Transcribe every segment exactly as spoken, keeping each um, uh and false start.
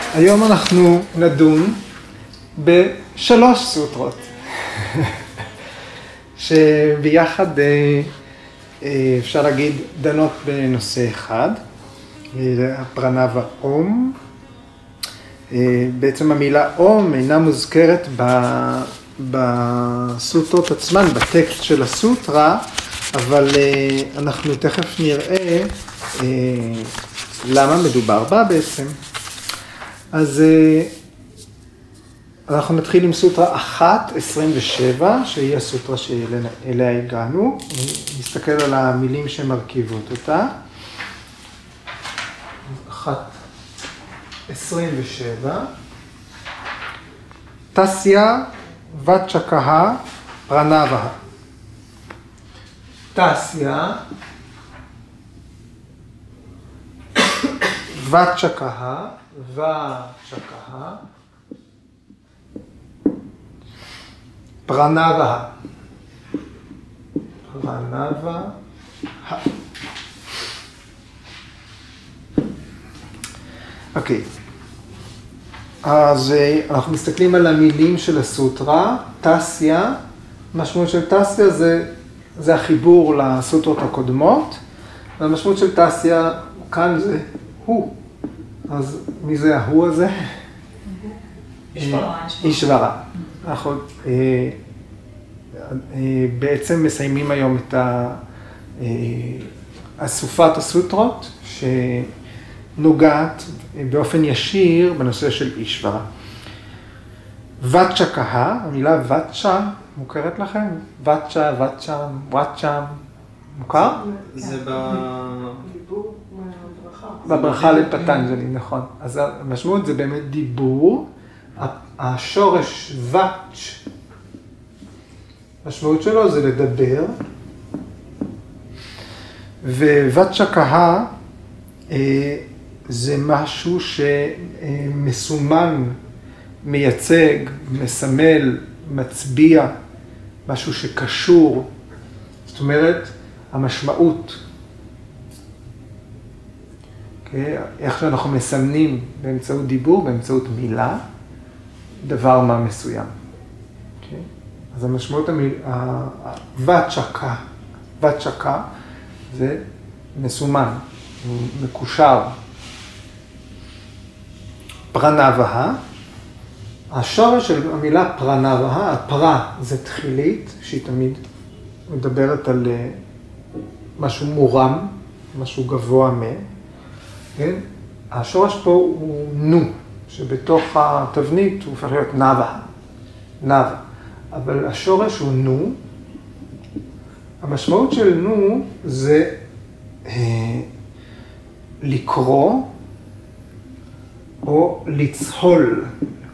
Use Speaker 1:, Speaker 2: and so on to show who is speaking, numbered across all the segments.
Speaker 1: היום אנחנו נדון בשלוש סוטרות, שביחד אפשר להגיד דנות בנושא אחד, הפרנבה אום. בעצם המילה אום אינה מוזכרת בסוטרות עצמן, בטקסט של הסוטרה, אבל אנחנו תכף נראה למה מדובר בה בעצם. אז אנחנו נתחיל עם סוטרה אחת עשרים ושבע, שהיא הסוטרה שאליה הגענו. נסתכל על המילים שמרכיבות אותה. אחת עשרים ושבע. תסיה וצ'קה פרנבה. תסיה וצ'קה וצ'קה פרנבה. פרנבה. אוקיי. אז אנחנו מסתכלים על המילים של הסוטרה. תסיה, המשמעות של תסיה זה, זה החיבור לסוטרות הקודמות, והמשמעות של תסיה כאן זה הוא. אז מי זה ההוא הזה?
Speaker 2: אישברה.
Speaker 1: אישברה. אנחנו בעצם מסיימים היום את אסופת הסוטרות שנוגעת באופן ישיר בנושא של אישברה. וצ'קה, המילה וצ'ה מוכרת לכם? וצ'ה, וצ'ה, וצ'ה, מוכר?
Speaker 2: זה בדיבור מהברכה.
Speaker 1: בברכה לפטנג'לי, נכון. אז המשמעות זה באמת דיבור. השורש וצ', המשמעות שלו זה לדבר. ווצ'קה זה משהו שמסומן, מייצג, מסמל, מצביע, משהו שקשור. זאת אומרת, המשמעות. Okay, איך שאנחנו מסמנים באמצעות דיבור, באמצעות מילה, דבר מה מסוים. Okay? אז המשמעות המילה, וצ'קה, וצ'קה, זה מסומן, מקושר. פרנבה, השורש של המילה פרנבה, הפרה זה תחילית, שהיא תמיד מדברת על משהו מורם, משהו גבוה מ. כן? השורש פה הוא נו, שבתוך התבנית הוא הופך להיות נבה, נבה. אבל השורש הוא נו. המשמעות של נו זה אה, לקרוא או לצהול.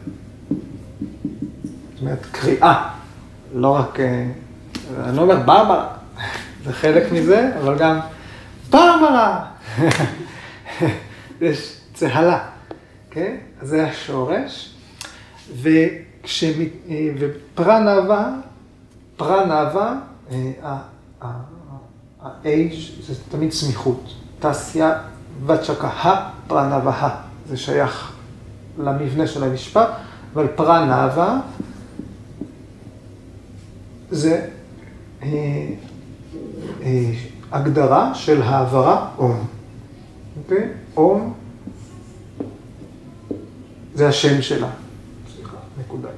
Speaker 1: זאת אומרת, קריאה. לא רק, אה, אני לא אומר ברברה, זה חלק מזה, אבל גם ברברה. יש צהלה, כן? אז זה השורש. ופרנבה, פרנבה, ה-H זה תמיד סמיכות. תסיה וצ'קה פרנבה, זה שייך למבנה של המשפט, אבל פרנבה זה הגדרה של העברה אום. אוקיי? אום זה השם שלה. סליחה, נקודה.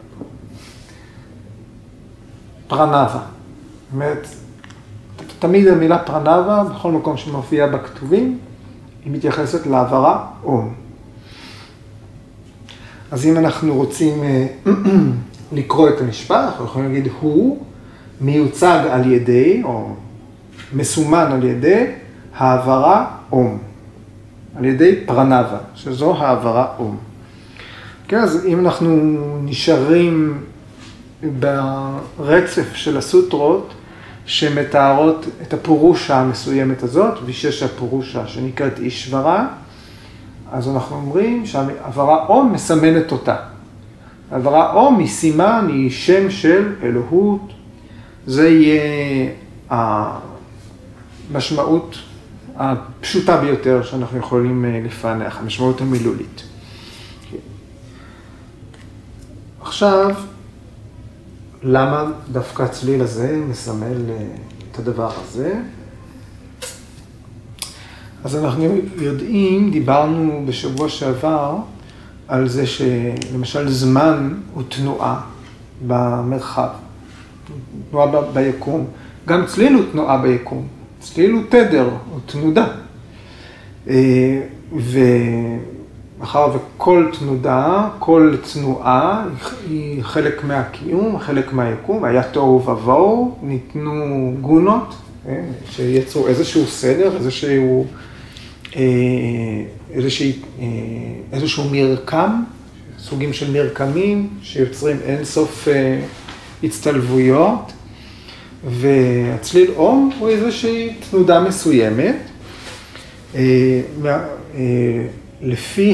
Speaker 1: פרנבה. זאת אומרת, תמיד המילה פרנבה, בכל מקום שמופיעה בכתובים, היא מתייחסת לעברה אום. אז אם אנחנו רוצים לקרוא את המשפט, אנחנו יכולים להגיד הוא מיוצג על ידי, או מסומן על ידי, העברה אום. על ידי פרנבה, שזו העברה אום. כן, אז אם אנחנו נשארים ברצף של הסוטרות שמתארות את הפורושה המסוימת הזאת, וישש הפורושה שנקראת אישברה, אז אנחנו אומרים שהעברה אום מסמנת אותה. העברה אום היא סימן, היא שם של אלוהות. זה יהיה המשמעות הפשוטה ביותר שאנחנו יכולים לפענח, המשמעות המילולית. עכשיו, למה דווקא הצליל הזה מסמל את הדבר הזה? אז אנחנו יודעים, דיברנו בשבוע שעבר על זה שלמשל זמן הוא תנועה במרחב, תנועה ב- ביקום. גם צליל הוא תנועה ביקום, צליל הוא תדר, הוא תנודה. ומאחר וכל תנודה, כל תנועה היא חלק מהקיום, חלק מהיקום, היה תוהו ובוהו, ניתנו גונות שיצרו איזשהו סדר, איזשהו, איזשהו, איזשהו מרקם, סוגים של מרקמים שיוצרים אינסוף הצטלבויות, והצליל אום הוא איזושהי תנודה מסוימת. לפי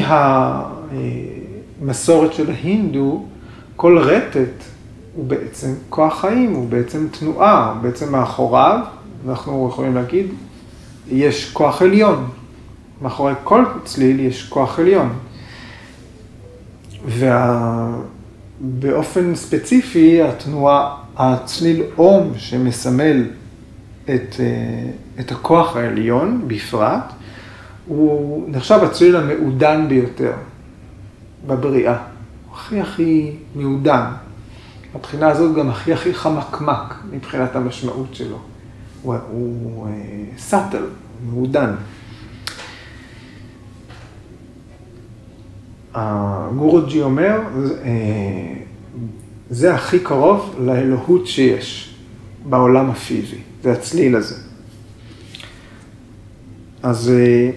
Speaker 1: המסורת של ההינדו, כל רטט הוא בעצם כוח חיים, הוא בעצם תנועה, הוא בעצם מאחוריו, אנחנו יכולים להגיד, יש כוח עליון. מאחורי כל צליל יש כוח עליון. ובאופן ספציפי, התנועה, הצליל אום שמסמל את, את הכוח העליון בפרט, הוא נחשב הצליל המעודן ביותר בבריאה. הוא הכי הכי מעודן. מבחינה הזאת גם הכי הכי חמקמק מבחינת המשמעות שלו. הוא, הוא סאטל, מעודן. הגורוג'י אומר, זה הכי קרוב לאלוהות שיש בעולם הפיזי, זה הצליל הזה. אז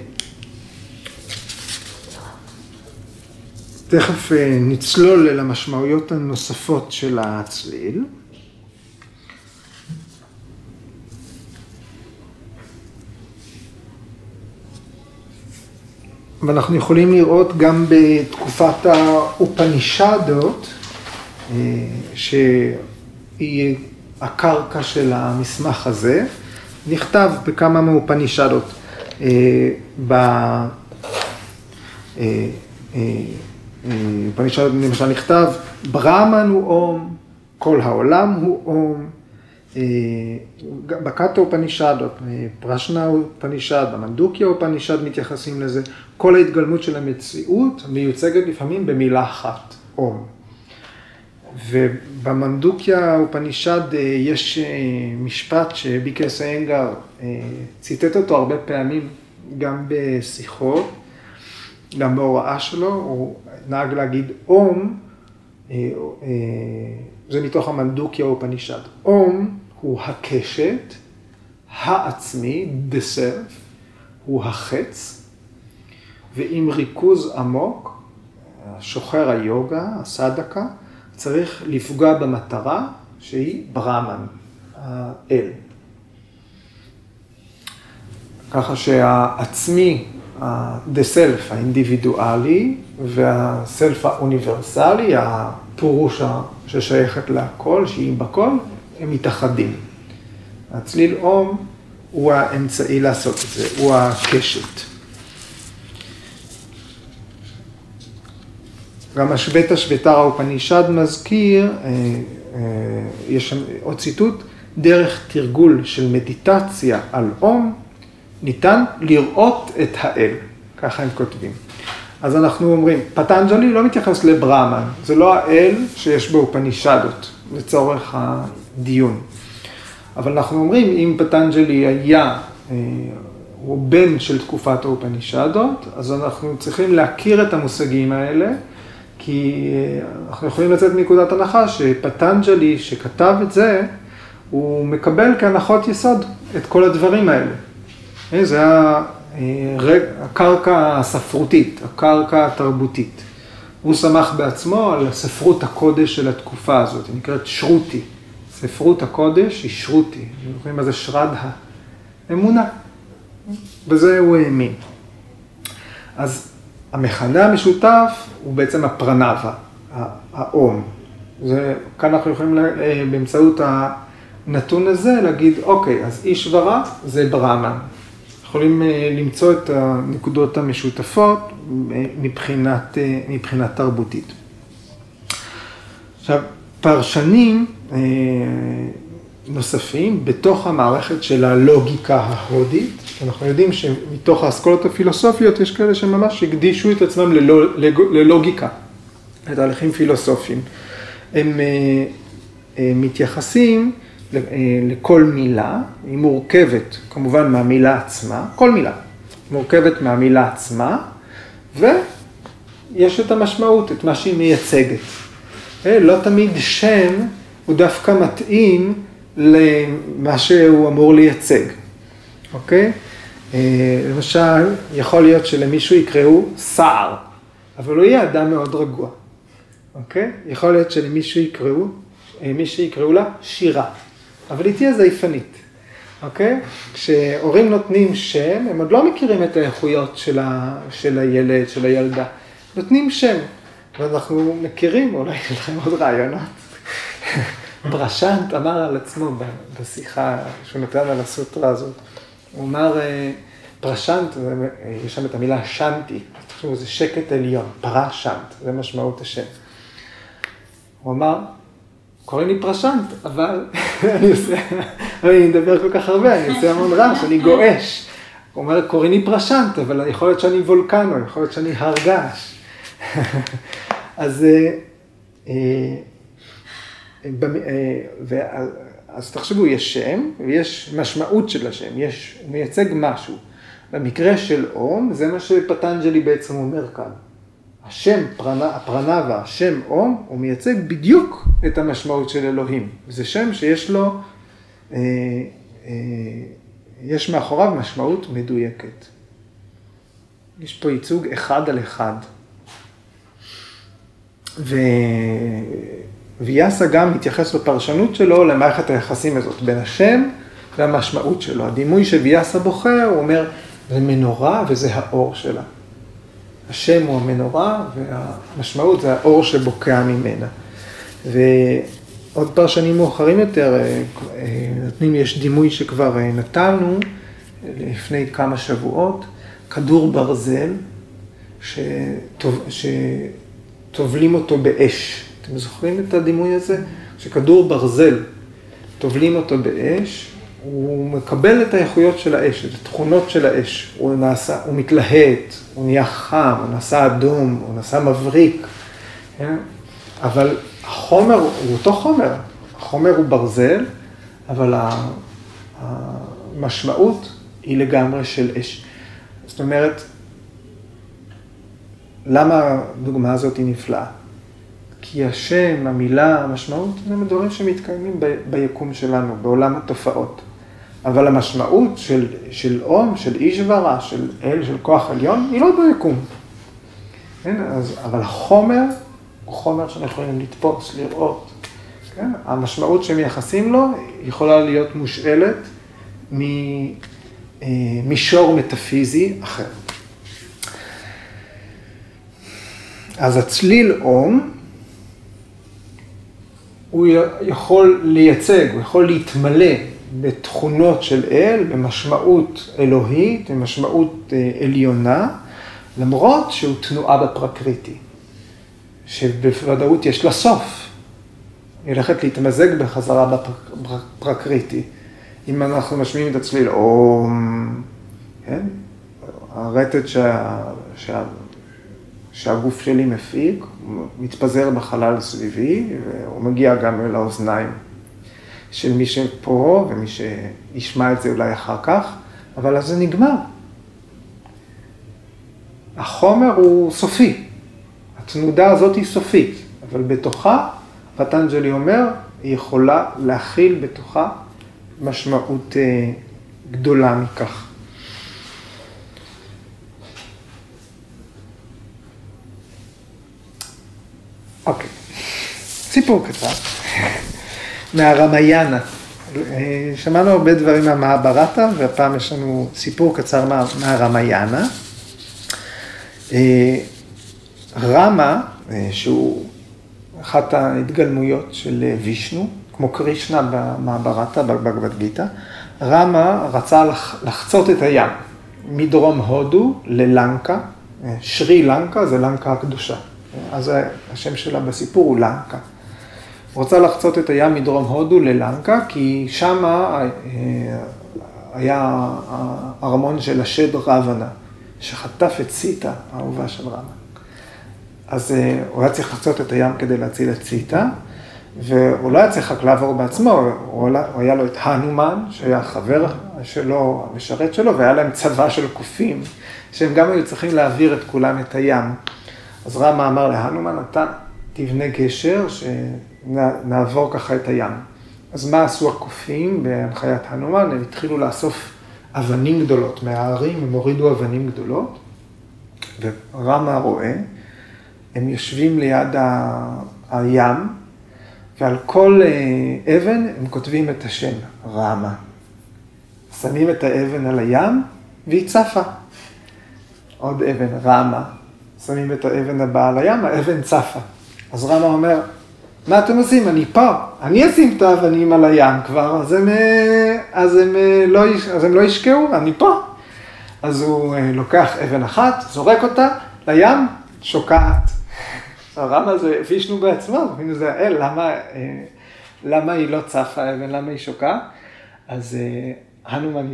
Speaker 1: תכף נצלול אל המשמעויות הנוספות של הצליל. ואנחנו יכולים לראות גם בתקופת האופנישדות, שהיא הקרקע של המסמך הזה, נכתב בכמה מאופנישדות. באופנישדות למשל נכתב, ברהמן הוא אום, כל העולם הוא אום, בקטה אופנישדות, פרשנה אופנישד, במנדוקיה אופנישד מתייחסים לזה, כל ההתגלמות של המציאות מיוצגת לפעמים במילה אחת, אום. ובמנדוקיה אופנישד יש משפט שביקס איינגר ציטט אותו הרבה פעמים, גם בשיחות, גם בהוראה שלו, הוא נהג להגיד אום, זה מתוך המנדוקיה אופנישד. אום הוא הקשת, העצמי, the self, הוא החץ, ועם ריכוז עמוק, שוחר היוגה, הסדקה, צריך לפגוע במטרה שהיא ברהמן, האל. ככה שהעצמי, the self, האינדיבידואלי, והסלף האוניברסלי, הפירוש ששייכת להכל, שהיא בכל, הם מתאחדים. הצליל אום הוא האמצעי לעשות את זה, הוא הקשת. גם השבטה שבטר האופנישד מזכיר, יש שם עוד ציטוט, דרך תרגול של מדיטציה על אום, ניתן לראות את האל, ככה הם כותבים. אז אנחנו אומרים, פטנג'לי לא מתייחס לברהמן, זה לא האל שיש באופנישדות, לצורך הדיון. אבל אנחנו אומרים, אם פטנג'לי היה, הוא בן של תקופת האופנישדות, אז אנחנו צריכים להכיר את המושגים האלה, כי אנחנו יכולים לצאת מנקודת הנחה שפטנג'לי שכתב את זה, הוא מקבל כהנחות יסוד את כל הדברים האלה. זה הקרקע הספרותית, הקרקע התרבותית. הוא שמח בעצמו על ספרות הקודש של התקופה הזאת, היא נקראת שרותי. ספרות הקודש היא שרותי, אנחנו זוכרים מה זה שרדה, אמונה. בזה הוא האמין. אז המכנה המשותף הוא בעצם הפרנבה, האום. זה, כאן אנחנו יכולים באמצעות הנתון הזה להגיד, אוקיי, אז איש ורע זה ברהמן. יכולים למצוא את הנקודות המשותפות מבחינת, מבחינת תרבותית. עכשיו, פרשנים נוספים בתוך המערכת של הלוגיקה ההודית, אנחנו יודעים שמתוך האסכולות הפילוסופיות יש כאלה שממש הקדישו את עצמם ללוגיקה, לתהליכים פילוסופיים. הם מתייחסים לכל מילה, היא מורכבת כמובן מהמילה עצמה, כל מילה מורכבת מהמילה עצמה, ויש את המשמעות, את מה שהיא מייצגת. לא תמיד שם הוא דווקא מתאים למה שהוא אמור לייצג, אוקיי? למשל, יכול להיות שלמישהו יקראו סער, אבל הוא יהיה אדם מאוד רגוע, אוקיי? יכול להיות שלמישהו יקראו, מישהו יקראו לה שירה, אבל היא תהיה זייפנית, אוקיי? כשהורים נותנים שם, הם עוד לא מכירים את האיכויות של, ה, של הילד, של הילדה, נותנים שם, ואנחנו מכירים, אולי יש לכם עוד רעיונות. פרשנט אמר על עצמו בשיחה שהוא נתן על הסוטרה הזאת, הוא אמר, פרשנט, יש שם את המילה שנתי, תחשבו, זה שקט עליון, פרשנט, זה משמעות השם. הוא אמר, קוראים לי פרשנט, אבל אני עושה, אני מדבר כל כך הרבה, אני עושה המון רעש, אני גועש. הוא אומר, קוראים לי פרשנט, אבל יכול להיות שאני וולקנו, יכול להיות שאני הר געש. אז, אז תחשבו, יש שם ויש משמעות של השם, יש, הוא מייצג משהו. במקרה של אום, זה מה שפטנג'לי בעצם אומר כאן. השם הפרנבה, השם אום, הוא מייצג בדיוק את המשמעות של אלוהים. זה שם שיש לו, יש מאחוריו משמעות מדויקת. יש פה ייצוג אחד על אחד. ו... ויאסה גם מתייחס בפרשנות שלו למערכת היחסים הזאת בין השם והמשמעות שלו. הדימוי שוויאסה בוחר, הוא אומר, זה מנורה וזה האור שלה. השם הוא המנורה והמשמעות זה האור שבוקע ממנה. ועוד פרשנים מאוחרים יותר, נותנים, יש דימוי שכבר נתנו לפני כמה שבועות, כדור ברזל שטוב, שטובלים אותו באש. אתם זוכרים את הדימוי הזה? שכדור ברזל טובלים אותו באש, הוא מקבל את האיכויות של האש, את התכונות של האש. הוא נעשה, הוא מתלהט, הוא נהיה חם, הוא נעשה אדום, הוא נעשה מבריק. אבל החומר הוא אותו חומר. החומר הוא ברזל, אבל המשמעות היא לגמרי של אש. זאת אומרת, למה הדוגמה הזאת היא נפלאה? כי השם, המילה, המשמעות, זה דברים שמתקיימים ביקום שלנו, בעולם התופעות. אבל המשמעות של, של אום, של אישברה, של אל, של כוח עליון, היא לא ביקום. כן? אז, אבל החומר הוא חומר שאנחנו יכולים לתפוס, לראות. כן? המשמעות שמייחסים לו יכולה להיות מושאלת ממישור מטאפיזי אחר. אז הצליל אום, הוא יכול לייצג, הוא יכול להתמלא בתכונות של אל, במשמעות אלוהית, במשמעות עליונה, למרות שהוא תנועה בפרקריטי, שבוודאות יש לה סוף. היא הולכת להתמזג בחזרה בפרקריטי. אם אנחנו משמיעים את הצליל אום, כן? הרטט שה... שה... שהגוף שלי מפיק, הוא מתפזר בחלל סביבי, והוא מגיע גם אל האוזניים של מי שפה, ומי שישמע את זה אולי אחר כך, אבל אז זה נגמר. החומר הוא סופי, התנודה הזאת היא סופית, אבל בתוכה, פטנג'לי אומר, היא יכולה להכיל בתוכה משמעות גדולה מכך. אוקיי, סיפור קצר, מהרמיאנה. שמענו הרבה דברים מהמהברטה, והפעם יש לנו סיפור קצר מה, מהרמיאנה. רמה, שהוא אחת ההתגלמויות של וישנו, כמו קרישנה במהברטה, בבגבד גיטה, רמה רצה לחצות את הים, מדרום הודו ללנקה, שרי לנקה זה לנקה הקדושה. אז השם שלה בסיפור הוא לנקה. רוצה לחצות את הים מדרום הודו ללנקה, כי שם היה הארמון של השד ראוונה, שחטף את סיטה, האהובה של ראמה. אז הוא היה צריך לחצות את הים כדי להציל את סיטה, והוא לא היה צריך רק לעבור בעצמו, הוא היה לו את הנומן, שהיה חבר שלו, המשרת שלו, והיה להם צבא של קופים, שהם גם היו צריכים להעביר את כולם את הים. אז ראמה אמר להנומן, אתה תבנה גשר, שנעבור ככה את הים. אז מה עשו הקופים בהנחיית הנומן? הם התחילו לאסוף אבנים גדולות מההרים, הם הורידו אבנים גדולות, וראמה רואה, הם יושבים ליד ה... הים, ועל כל אבן הם כותבים את השם, ראמה. שמים את האבן על הים, והיא צפה. עוד אבן, ראמה. שמים את האבן הבאה על הים, האבן צפה. אז ראמה אומר, מה אתם עושים? אני פה. אני אשים את האבנים על הים כבר, אז הם, אז הם, לא, אז הם לא ישקעו, אני פה. אז הוא לוקח אבן אחת, זורק אותה לים, שוקעת. הרמה זה וישנו בעצמו, זה האל, למה, למה היא לא צפה האבן, למה היא שוקעת? אז הנומן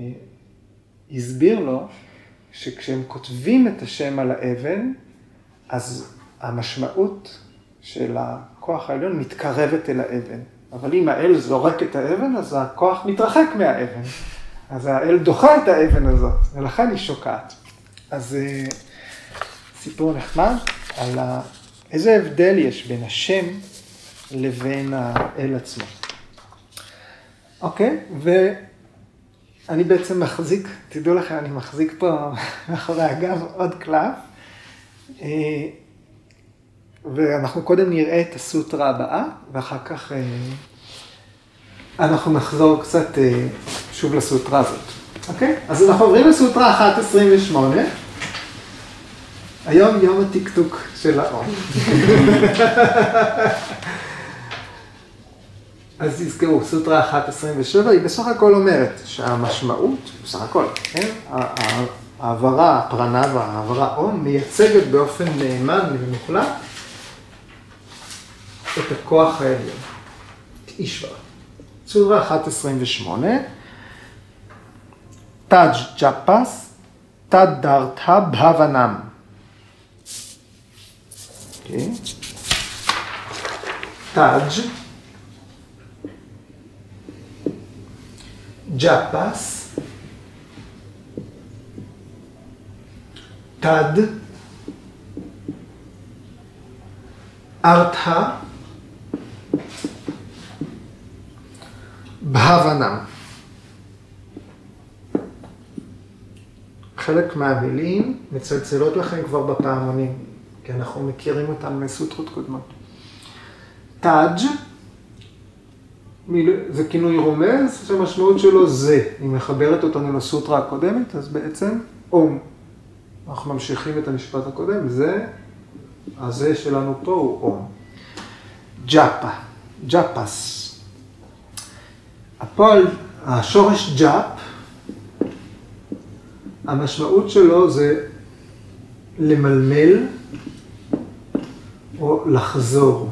Speaker 1: הסביר לו שכשהם כותבים את השם על האבן, אז המשמעות של הכוח העליון מתקרבת אל האבן. אבל אם האל זורק את האבן, אז הכוח מתרחק מהאבן. אז האל דוחה את האבן הזאת, ולכן היא שוקעת. אז סיפור נחמד על ה... איזה הבדל יש בין השם לבין האל עצמו. אוקיי, ואני בעצם מחזיק, תדעו לכם, אני מחזיק פה מאחורי הגב עוד קלף, ואנחנו קודם נראה את הסוטרה הבאה, ואחר כך אנחנו נחזור קצת שוב לסוטרה הזאת. אוקיי? אז אנחנו עוברים לסוטרה אחת עשרים ושמונה. היום יום הטיקטוק של האום. אז תזכרו, סוטרה אחת עשרים ושבע היא בסך הכל אומרת שהמשמעות, בסך הכל, כן? העברה, הפרנבה, העברה אום, מייצגת באופן נאמן ומוחלט את הכוח העליון, את אישווה. סוטרה אחת עשרים ושמונה, תאג' ג'פס, תד דרתא בהוונם. תאג' ג'פס, תד, ארתא, בהוונם. חלק מהמילים מצלצלות לכם כבר בפעמונים, כי אנחנו מכירים אותם מסוטרות קודמות. תאג' זה כינוי רומז, שהמשמעות שלו זה. היא מחברת אותנו לסוטרה הקודמת, אז בעצם אום. אנחנו ממשיכים את המשפט הקודם, זה, הזה שלנו פה הוא אום. ג'אפה, ג'אפס. הפועל, השורש ג'אפ, המשמעות שלו זה למלמל או לחזור.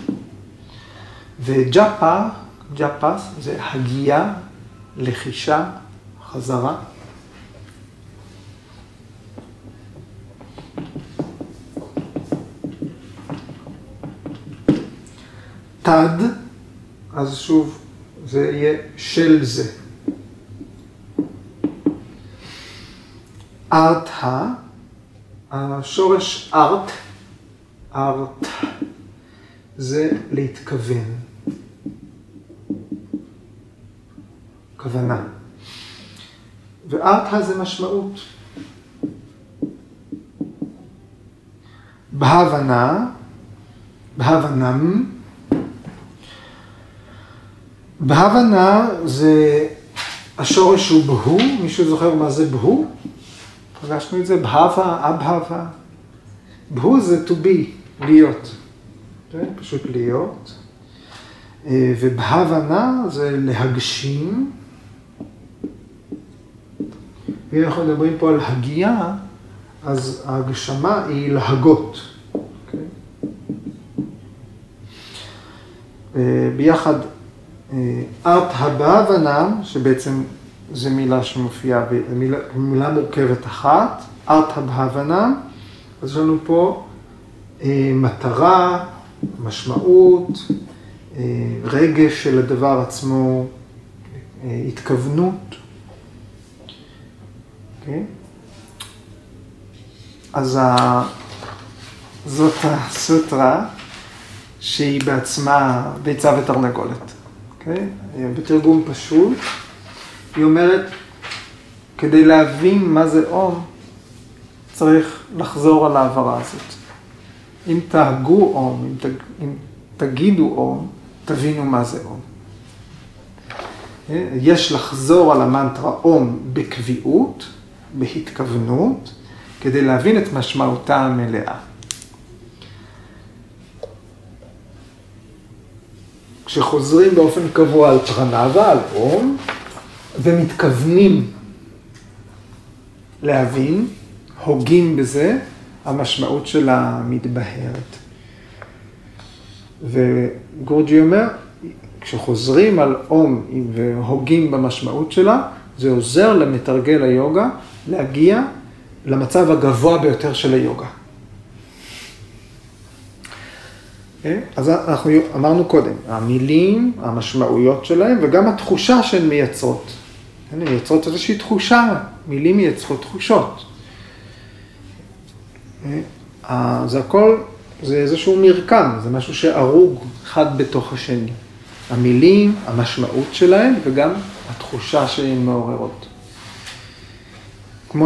Speaker 1: וג'אפה, ג'אפס, זה הגייה, לחישה, חזרה. תד, אז שוב, זה יהיה של זה. ארתא, השורש ארט, ארט, זה להתכוון. כוונה. וארתא זה משמעות. בהבנה, בהבנם, בהבנה זה, השורש הוא בהו, מישהו זוכר מה זה בהו? פגשנו את זה, בהבה, אבהבה. בהו זה to be, להיות. פשוט להיות. ובהבנה זה להגשים. ואם אנחנו מדברים פה על הגייה, אז ההגשמה היא להגות. Okay. ביחד ארט הבאבנם, שבעצם זו מילה שמופיעה, מילה, מילה מורכבת אחת, ארט הבאבנם, אז יש לנו פה מטרה, משמעות, רגש של הדבר עצמו, התכוונות. Okay. אז ה... זאת הסוטרה שהיא בעצמה ביצה ותרנגולת. Okay. בתרגום פשוט, היא אומרת, כדי להבין מה זה אום, צריך לחזור על העברה הזאת. אם תהגו אום, אם, תג... אם תגידו אום, תבינו מה זה אום. Okay. יש לחזור על המנטרה אום בקביעות, בהתכוונות, כדי להבין את משמעותה המלאה. כשחוזרים באופן קבוע על פרנאבה, על אום, ומתכוונים להבין, הוגים בזה, המשמעות שלה מתבהרת. וגורג'י אומר, כשחוזרים על אום והוגים במשמעות שלה, זה עוזר למתרגל היוגה להגיע למצב הגבוה ביותר של היוגה. אז אנחנו אמרנו קודם, המילים, המשמעויות שלהם וגם התחושה שהן מייצרות. הן מייצרות איזושהי תחושה, מילים מייצרות תחושות. זה הכל, זה איזשהו מרקם, זה משהו שערוג אחד בתוך השני. המילים, המשמעות שלהם וגם התחושה שהן מעוררות. כמו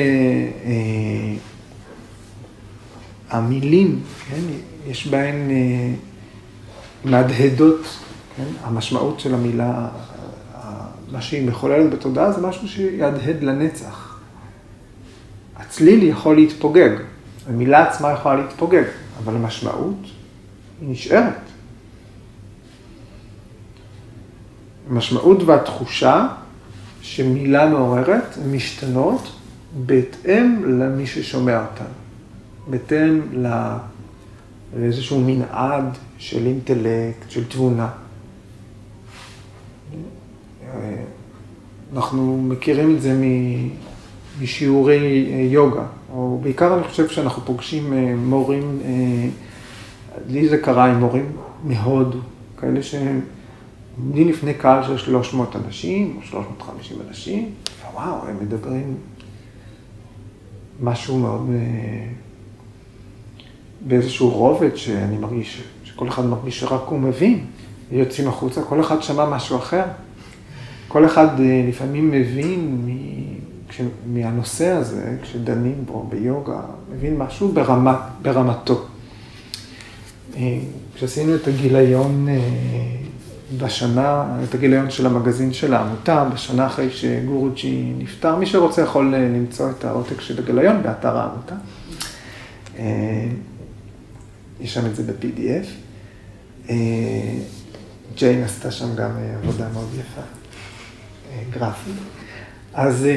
Speaker 1: שהמילים, כן, יש בהן מהדהדות, כן, המשמעות של המילה, מה שהיא מחוללת בתודעה, זה משהו שיהדהד לנצח. הצליל יכול להתפוגג, המילה עצמה יכולה להתפוגג, אבל המשמעות היא נשארת. המשמעות והתחושה שמילה מעוררת הן משתנות בהתאם למי ששומע אותן, בהתאם לאיזשהו מנעד של אינטלקט, של תבונה. אנחנו מכירים את זה משיעורי יוגה, או בעיקר אני חושב שאנחנו פוגשים מורים, לי זה קרה עם מורים מהודו, כאלה שהם עומדים לפני קהל של שלוש מאות אנשים, או שלוש מאות וחמישים אנשים, ווואו, הם מדברים משהו מאוד, באיזשהו רובד שאני מרגיש, שכל אחד מרגיש שרק הוא מבין, ויוצאים החוצה, כל אחד שמע משהו אחר. כל אחד לפעמים מבין מהנושא הזה, כשדנים בו ביוגה, מבין משהו ברמת, ברמתו. כשעשינו את הגיליון בשנה, את הגיליון של המגזין של העמותה, בשנה אחרי שגורוג'י נפטר, מי שרוצה יכול למצוא את העותק של הגיליון באתר העמותה. יש שם את זה ב-פי די אף. ג'יין עשתה שם גם עבודה מאוד יפה, גרפית. אז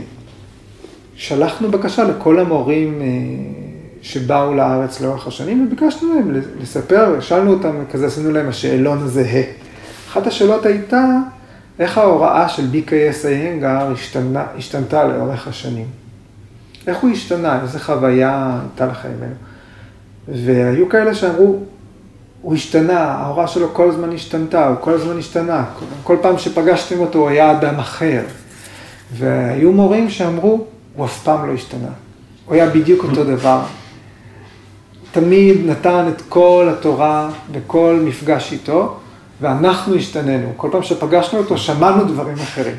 Speaker 1: שלחנו בקשה לכל המורים שבאו לארץ לאורך השנים, וביקשנו להם לספר, שאלנו אותם, כזה עשינו להם השאלון הזהה. אחת השאלות הייתה, איך ההוראה של בי קיי אס איינגר השתנה, השתנתה לאורך השנים? איך הוא השתנה? איזו חוויה הייתה לכם ממנו? והיו כאלה שאמרו, הוא השתנה, ההוראה שלו כל הזמן השתנתה, הוא כל הזמן השתנה, כל פעם שפגשתם אותו הוא היה אדם אחר. והיו מורים שאמרו, הוא אף פעם לא השתנה, הוא היה בדיוק אותו דבר. תמיד נתן את כל התורה בכל מפגש איתו, ואנחנו השתננו. כל פעם שפגשנו אותו שמענו דברים אחרים.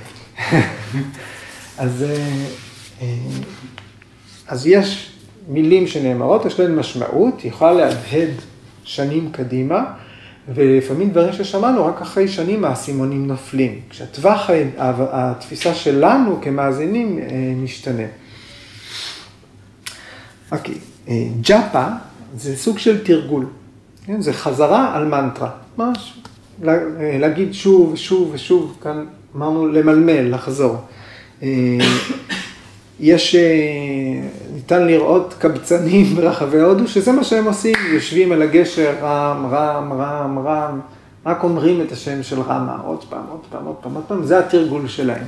Speaker 1: אז, אז יש מילים שנאמרות, יש להן משמעות, היא יכולה להדהד שנים קדימה, ולפעמים דברים ששמענו, רק אחרי שנים האסימונים נופלים. כשהטווח, התפיסה שלנו כמאזינים משתנה. אוקיי, ג'אפה זה סוג של תרגול, זה חזרה על מנטרה, ממש, להגיד שוב ושוב ושוב, כאן אמרנו למלמל, לחזור. יש, ניתן לראות קבצנים ברחבי הודו, שזה מה שהם עושים, יושבים על הגשר, רם, רם, רם, רם, רק אומרים את השם של רמה עוד פעם, עוד פעם, עוד פעם, עוד פעם, זה התרגול שלהם.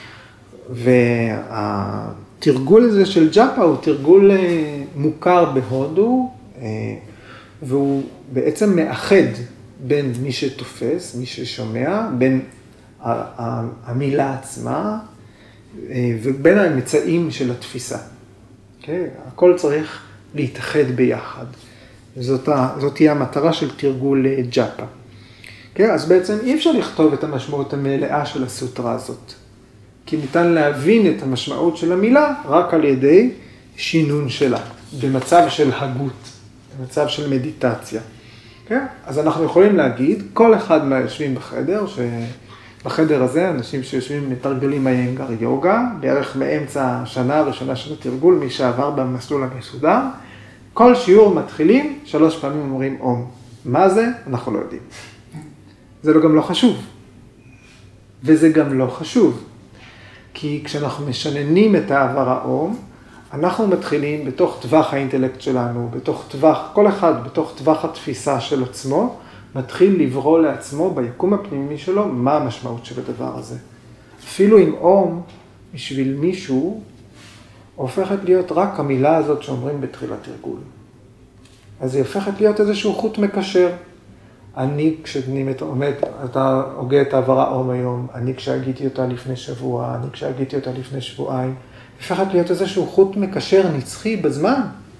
Speaker 1: והתרגול הזה של ג'אפה הוא תרגול מוכר בהודו, והוא בעצם מאחד בין מי שתופס, מי ששומע, בין המילה עצמה, ובין המצאים של התפיסה. Okay? הכל צריך להתאחד ביחד. זאת, זאת תהיה המטרה של תרגול ג'אפה. Okay? אז בעצם אי אפשר לכתוב את המשמעות המלאה של הסוטרה הזאת. כי ניתן להבין את המשמעות של המילה רק על ידי שינון שלה, במצב של הגות, במצב של מדיטציה. Okay? אז אנחנו יכולים להגיד, כל אחד מהיושבים בחדר, שבחדר הזה אנשים שיושבים מתרגלים איינגר יוגה, בערך מאמצע השנה הראשונה של התרגול, מי שעבר במסלול המסודר, כל שיעור מתחילים, שלוש פעמים אומרים אום. מה זה? אנחנו לא יודעים. זה גם לא חשוב. וזה גם לא חשוב. כי כשאנחנו משננים את העבר האום, אנחנו מתחילים בתוך טווח האינטלקט שלנו, בתוך טווח, כל אחד בתוך טווח התפיסה של עצמו, מתחיל לברוא לעצמו ביקום הפנימי שלו מה המשמעות של הדבר הזה. אפילו אם אום, בשביל מישהו, הופכת להיות רק המילה הזאת שאומרים בתחילת תרגול. אז היא הופכת להיות איזשהו חוט מקשר. אני כשאני עומד, אתה הוגה את העבר האום היום, אני כשהגיתי אותה לפני שבוע, אני כשהגיתי אותה לפני שבועיים, הופכת להיות איזשהו חוט מקשר נצחי בזמן.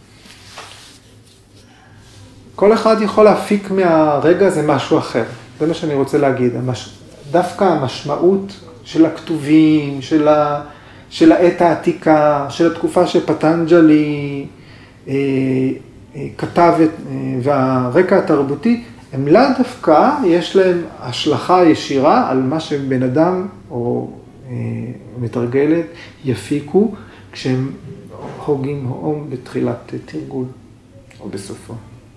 Speaker 1: כל אחד יכול להפיק מהרגע הזה משהו אחר. זה מה שאני רוצה להגיד. המש... דווקא המשמעות של הכתובים, של, ה... של העת העתיקה, של התקופה שפטנג'לי אה, אה, כתב את, אה, והרקע התרבותי, הם לא דווקא, יש להם השלכה ישירה על מה שבן אדם או אה, מתרגלת יפיקו כשהם הוגים הום בתחילת תרגול או בסופו.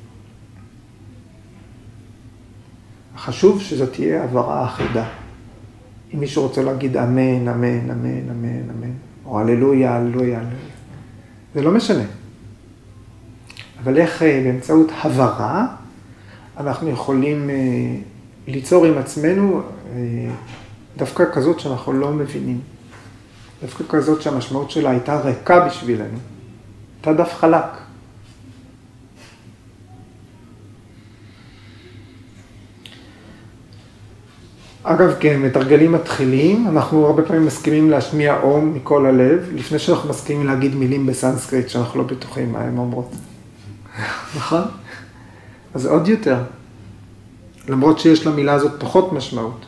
Speaker 1: חשוב שזאת תהיה הבהרה אחידה. אם מישהו רוצה להגיד אמן, אמן, אמן, אמן, אמן, או הללויה, הללויה, הללויה. זה לא משנה. אבל איך באמצעות הבהרה, אנחנו יכולים ליצור עם עצמנו דווקא כזאת שאנחנו לא מבינים. דווקא כזאת שהמשמעות שלה הייתה ריקה בשבילנו. הייתה דף חלק. אגב, כמתרגלים מתחילים, אנחנו הרבה פעמים מסכימים להשמיע אום מכל הלב, לפני שאנחנו מסכימים להגיד מילים בסנסקריט שאנחנו לא בטוחים מה הן אומרות. נכון? אז עוד יותר, למרות שיש למילה הזאת פחות משמעות,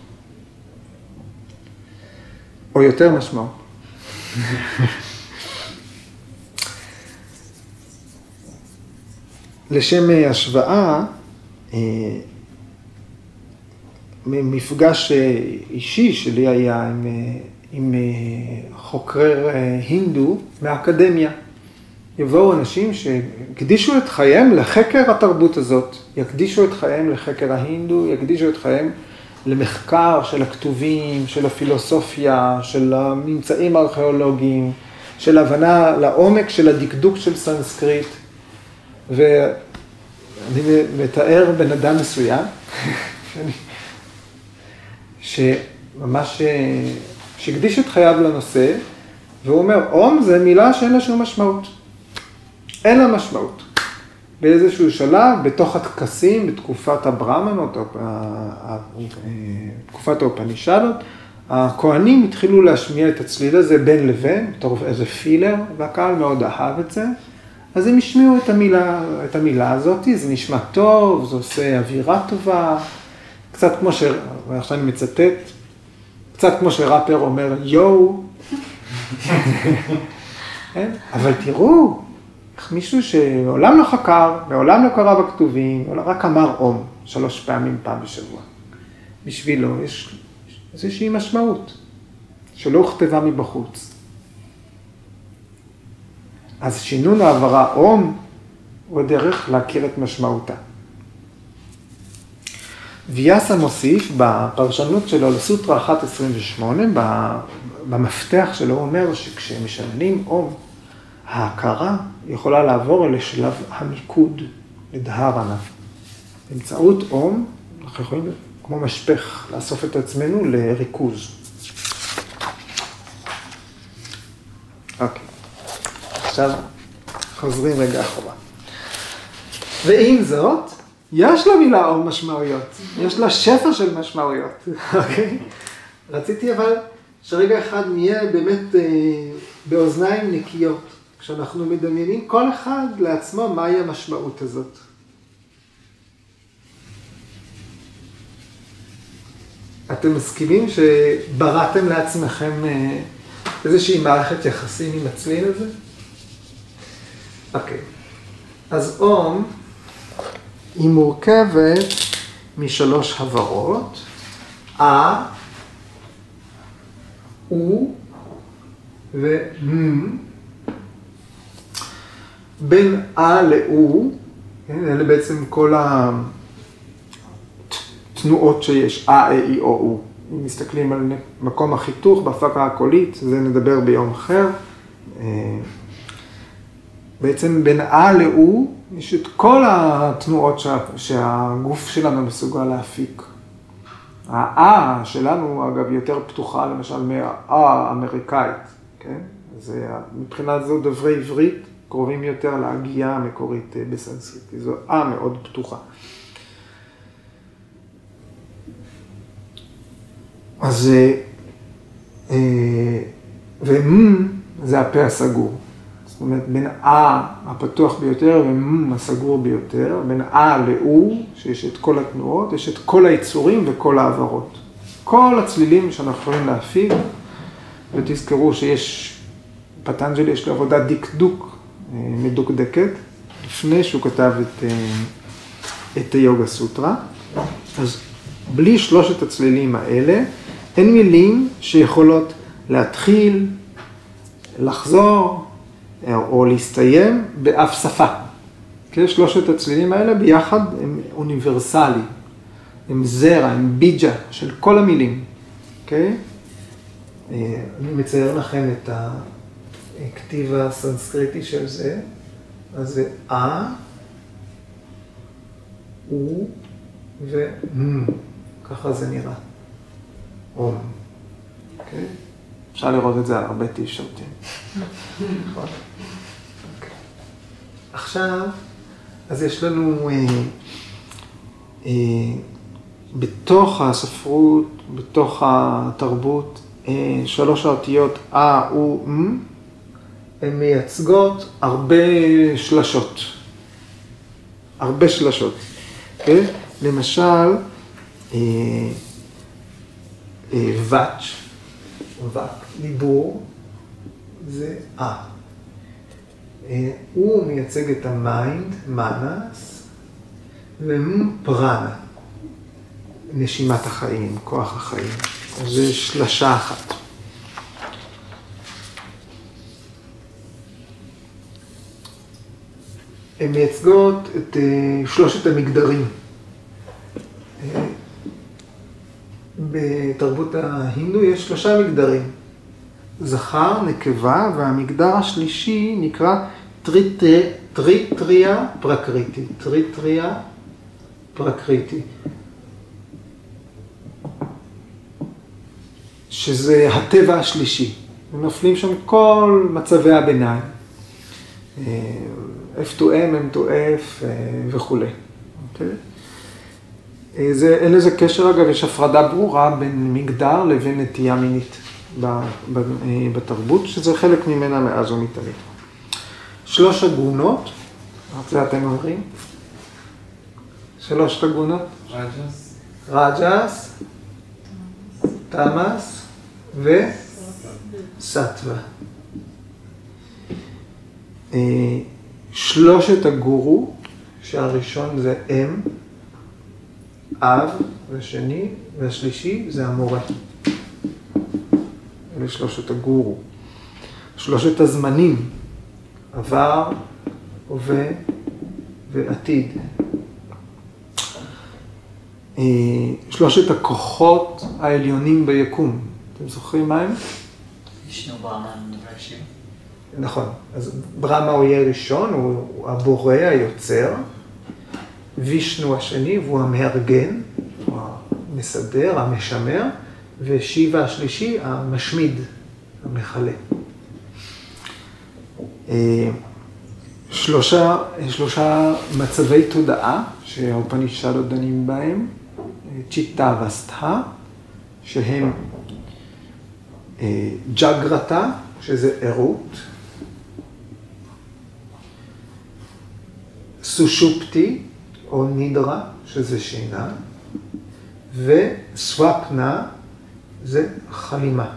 Speaker 1: או יותר משמעות. לשם השוואה, מפגש אישי שלי היה עם, עם חוקר הינדו מהאקדמיה. יבואו אנשים שהקדישו את חייהם לחקר התרבות הזאת, יקדישו את חייהם לחקר ההינדו, יקדישו את חייהם למחקר של הכתובים, של הפילוסופיה, של הממצאים הארכיאולוגיים, של הבנה לעומק של הדקדוק של סנסקריט. ואני מתאר בן אדם מסוים, שממש, שהקדיש את חייו לנושא, והוא אומר, אום זה מילה שאין לה שום משמעות. אין לה משמעות. באיזשהו שלב, בתוך הטקסים, בתקופת הברהמנות, תקופת האופנישדות, הכהנים התחילו להשמיע את הצליל הזה בין לבין, בתור איזה פילר, והקהל מאוד אהב את זה. אז הם השמיעו את המילה, את המילה הזאת, זה נשמע טוב, זה עושה אווירה טובה, קצת כמו ש... ועכשיו אני מצטט, קצת כמו שראפר אומר, יואו. אבל תראו, איך מישהו שעולם לא חקר, מעולם לא קרא בכתובים, רק אמר אום, שלוש פעמים פעם בשבוע. בשבילו יש איזושהי משמעות, שלא הוכתבה מבחוץ. אז שינון העברה אום, הוא הדרך להכיר את משמעותה. ויאסה מוסיף בפרשנות שלו לסוטרה אחת עשרים ושמונה, במפתח שלו הוא אומר שכשמשננים אום, ההכרה יכולה לעבור לשלב המיקוד, לדהרנה. באמצעות אום, אנחנו יכולים כמו משפך, לאסוף את עצמנו לריכוז. אוקיי, עכשיו חוזרים רגע אחורה. ועם זאת, יש למילה אור משמעויות, יש לה שפע של משמעויות, אוקיי? רציתי אבל שרגע אחד נהיה באמת אה, באוזניים נקיות, כשאנחנו מדמיינים כל אחד לעצמו מהי המשמעות הזאת. אתם מסכימים שבראתם לעצמכם אה, איזושהי מערכת יחסים עם הצליל הזה? אוקיי, אז אום היא מורכבת משלוש הברות, אה, או ומ. בין אה לאו, אלה בעצם כל התנועות שיש, אה, אה, אי, או, או. אם מסתכלים על מקום החיתוך בהפקה הקולית, זה נדבר ביום אחר. בעצם בין אה לאו, יש את כל התנועות שה, שהגוף שלנו מסוגל להפיק. האה שלנו, אגב, יותר פתוחה, למשל, מהאה האמריקאית, כן? אז מבחינת זו דוברי עברית, קרובים יותר להגייה המקורית בסנסקריט, כי זו אה מאוד פתוחה. אז, ומ זה הפה הסגור. זאת אומרת, בין אה הפתוח ביותר ומ הסגור ביותר, בין אה לאו, שיש את כל התנועות, יש את כל היצורים וכל העברות. כל הצלילים שאנחנו יכולים להפיק, ותזכרו שיש, פטנג'לי יש לו עבודה דקדוק מדוקדקת, לפני שהוא כתב את, את היוגה סוטרה. אז בלי שלושת הצלילים האלה, אין מילים שיכולות להתחיל, לחזור, או להסתיים באף שפה. Okay? שלושת הצלילים האלה ביחד הם אוניברסליים, הם זרע, הם ביג'ה של כל המילים. Okay? אני מצייר לכם את הכתיב הסנסקריטי של זה, אז זה אה, או ומ, ככה זה נראה. אום. Okay? אפשר לראות את זה על הרבה טישרטים. נכון. עכשיו, אז יש לנו, אה, אה, בתוך הספרות, בתוך התרבות, אה, שלוש האותיות אה, או, מ, הן מייצגות הרבה שלשות. הרבה שלשות. Okay? למשל, אה, אה, ואץ', ואק, דיבור, זה אה. הוא מייצג את המיינד, מנס, ופרנה, נשימת החיים, כוח החיים. זה שלשה אחת. הן מייצגות את שלושת המגדרים. בתרבות ההינדו יש שלושה מגדרים. זכר, נקבה, והמגדר השלישי נקרא טריטריה פרקריטי. טריטריה פרקריטי. שזה הטבע השלישי. ונופלים שם כל מצבי הביניים. F to M, M to F וכו'. אוקיי? זה, אין לזה קשר, אגב, יש הפרדה ברורה בין מגדר לבין נטייה מינית בתרבות, שזה חלק ממנה מאז ומתמיד. שלוש הגונות, זה אתם אומרים? שלוש הגונות?
Speaker 2: רג'ס.
Speaker 1: רג'ס, תמאס וסטווה. שלושת הגורו, שהראשון זה אם, אב, והשני, והשלישי זה המורה. אלה שלושת הגורו. שלושת הזמנים, עבר, הווה ועתיד. שלושת הכוחות העליונים ביקום. אתם זוכרים מה הם?
Speaker 3: וישנו, ברמה ושיב.
Speaker 1: נכון. אז ברמה הוא יהיה ראשון, הוא הבורא, היוצר. וישנו השני, והוא המארגן, הוא המסדר, המשמר, ושיבה השלישי, המשמיד, המכלה. שלושה, שלושה מצבי תודעה שהאופנישדות דנים בהם, צ'יטה וסטה, שהם ג'גרתה, שזה ערות, סושופטי או נידרה, שזה שינה, וסוואפנה, זה חלימה.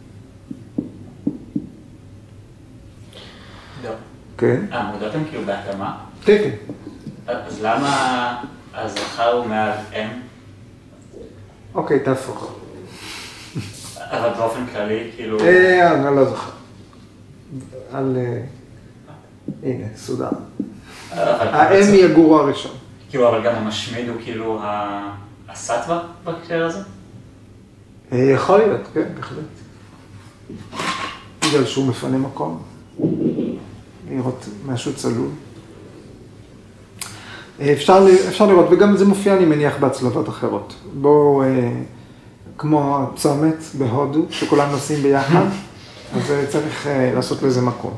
Speaker 3: לא.
Speaker 1: כן.
Speaker 3: אה, מודעתם כאילו בהתאמה?
Speaker 1: כן, כן.
Speaker 3: אז למה הזכר הוא מעל אם?
Speaker 1: אוקיי, תהפוך.
Speaker 3: אבל באופן כללי, כאילו...
Speaker 1: אה, אני לא זוכר. על... הנה, סודר. האם היא הגור הראשון.
Speaker 3: כאילו, אבל גם המשמיד הוא כאילו הסטווה בקשר הזה?
Speaker 1: יכול להיות, כן, בהחלט. בגלל שהוא מפנה מקום. לראות משהו צלול. אפשר, אפשר לראות, וגם זה מופיע, אני מניח, בהצלבות אחרות. בואו, כמו צומת בהודו, שכולם נוסעים ביחד, אז צריך לעשות לזה מקום.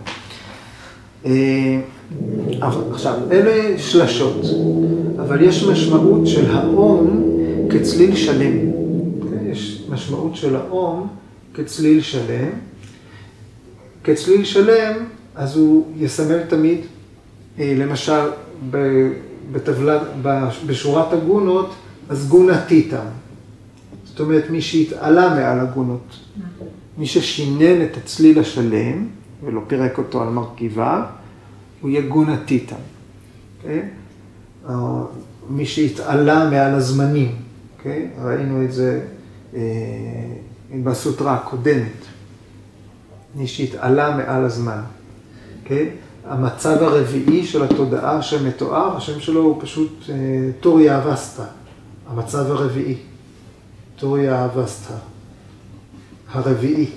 Speaker 1: עכשיו, אלה שלשות, אבל יש משמעות של האום כצליל שלם. יש משמעות של האום כצליל שלם. כצליל שלם, אז הוא יסמל תמיד, למשל, בטבלה, בשורת הגונות, אז גונה טיטם. זאת אומרת, מי שהתעלה מעל הגונות, מי ששינן את הצליל השלם, ולא פירק אותו על מרכיבה, הוא יהיה גונה טיטם. Okay? מי שהתעלה מעל הזמנים, okay? ראינו את זה אה, בסוטרה הקודמת. מי שהתעלה מעל הזמן. Okay? המצב הרביעי של התודעה שמתואר, השם שלו הוא פשוט אה, טוריה אבסטה, המצב הרביעי. טוריה אבסטה, הרביעי.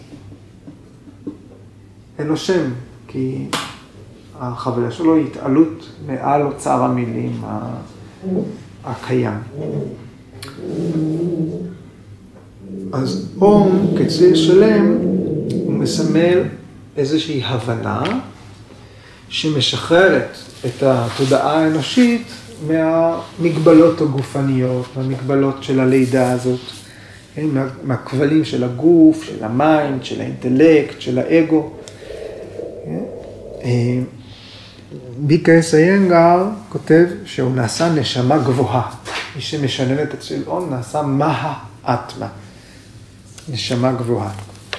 Speaker 1: אין לו שם, כי החוויה שלו היא התעלות מעל אוצר המילים הקיים. אז אום כצליל שלם הוא מסמל איזושהי הבנה שמשחררת את התודעה האנושית מהמגבלות הגופניות, מהמגבלות של הלידה הזאת, מה, מהכבלים של הגוף, של המיינד, של האינטלקט, של האגו. ביקס איינגר כותב שהוא נעשה נשמה גבוהה. מי שמשנן את הצליל אום נעשה מהה אטמה. נשמה גבוהה.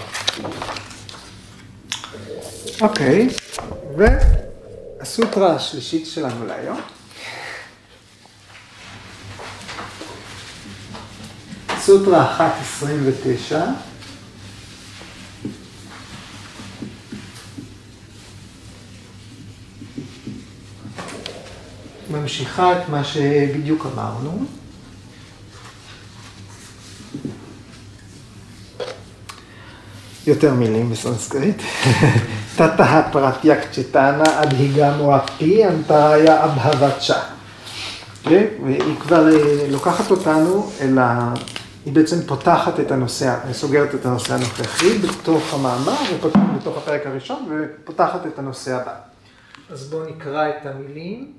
Speaker 1: אוקיי, והסוטרה השלישית שלנו להיום. סוטרה אחת עשרים ותשע. ממשיכה את מה שבדיוק אמרנו. יותר מילים בסנסקריט. תתא פרטיאק צ'טנה אדהיגמו אפי אנטריה אבהבצ'ה. והיא כבר לוקחת אותנו אל ה... היא בעצם פותחת את הנושא, סוגרת את הנושא הנוכחי בתוך המאמר, בתוך הפרק הראשון, ופותחת את הנושא הבא. אז בואו נקרא את המילים,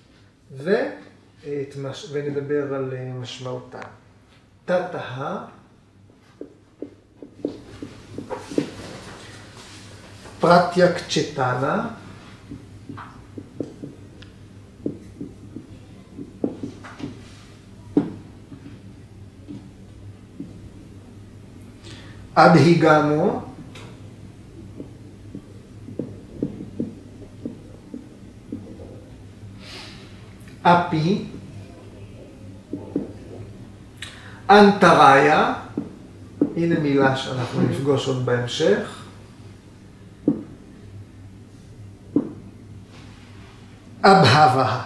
Speaker 1: ונדבר על משמעותה. תתא פרטיאק צ'טנה אדהיגמו אפי אנטריה, הנה מילה שאנחנו נפגוש עוד בהמשך, אבהבה.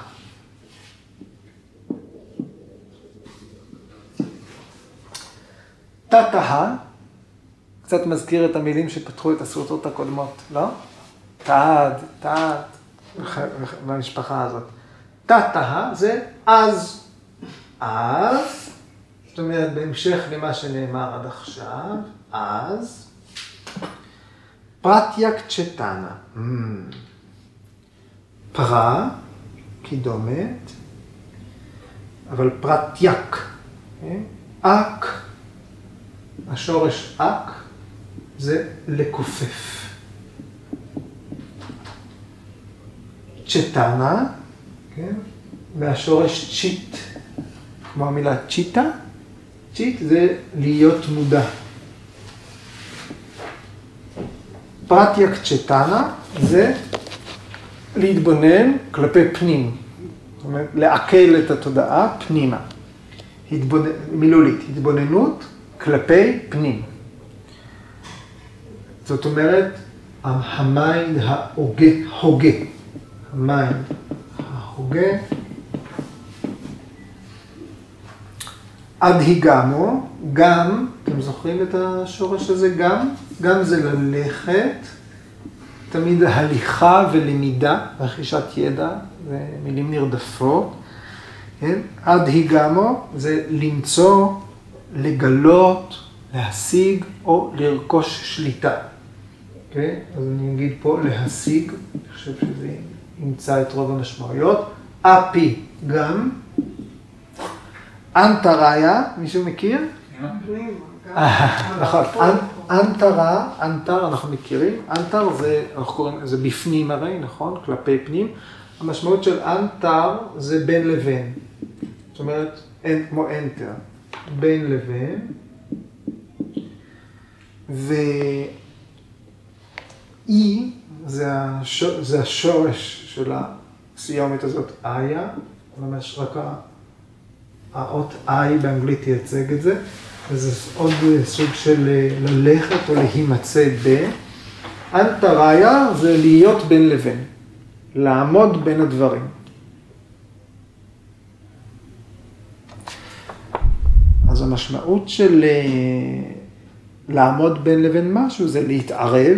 Speaker 1: תתא, קצת מזכיר את המילים שפתחו את הסוטרות הקודמות, לא? תעד, תעד, במשפחה הזאת. תתא זה אז, אז, זאת אומרת, בהמשך למה שנאמר עד עכשיו, אז פרטיאק צ'טנה. Mm. פרה, קידומת, אבל פרטיאק. Okay? אק, השורש אק, זה לכופף. צ'טנה, כן? והשורש צ'יט, כמו המילה צ'יטה, צ'יט זה להיות מודע. פרטיאק צ'טנה זה להתבונן כלפי פנים, זאת אומרת, לעכל את התודעה פנימה. התבונ... מילולית, התבוננות כלפי פנים. זאת אומרת, המיינד ההוגה, הוגה. המיינד ההוגה. אדהיגמו, גם, אתם זוכרים את השורש הזה? גם, גם זה ללכת, תמיד הליכה ולמידה, רכישת ידע, זה מילים נרדפות. כן? אדהיגמו זה למצוא, לגלות, להשיג או לרכוש שליטה. כן? אז אני אגיד פה להשיג, אני חושב שזה ימצא את רוב המשמעויות. אפי גם. אנטריה, מישהו מכיר? נכון, אנטרה, אנטר אנחנו מכירים, אנטר זה, אנחנו קוראים, זה בפנים הרי, נכון? כלפי פנים. המשמעות של אנטר זה בין לבין. זאת אומרת, אין, כמו אנטר, בין לבין. ואי זה, השור, זה השורש של הסיומת הזאת, איה, ממש רק האות I באנגלית תייצג את זה, וזה עוד סוג של ללכת או להימצא ב. אנטריה זה להיות בין לבין, לעמוד בין הדברים. אז המשמעות של לעמוד בין לבין משהו זה להתערב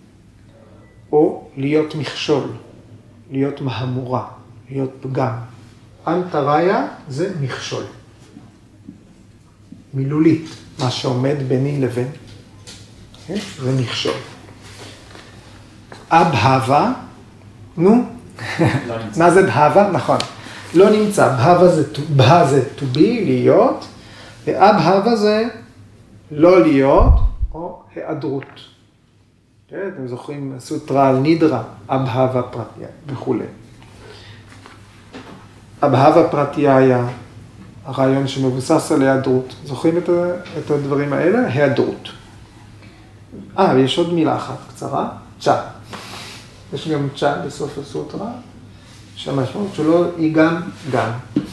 Speaker 1: או להיות מכשול, להיות מהמורה, להיות פגם. אנטריה זה מכשול. מילולית, מה שעומד ביני לבין, זה מכשול. אבהבה, נו, מה זה בהבה? נכון, לא נמצא. בהבה זה, בה זה to be, להיות, ואבהבה זה לא להיות או היעדרות. אתם זוכרים סוטרה על נידרה, אבהבה פרטיה וכו'. אבהבה פרטיה היה הרעיון שמבוסס על היעדרות. זוכרים את, את הדברים האלה? היעדרות. אה, ויש עוד מילה אחת קצרה, צ'ה. יש גם צ'ה בסוף הסוטרה, שהמשמעות שלו היא גם גם.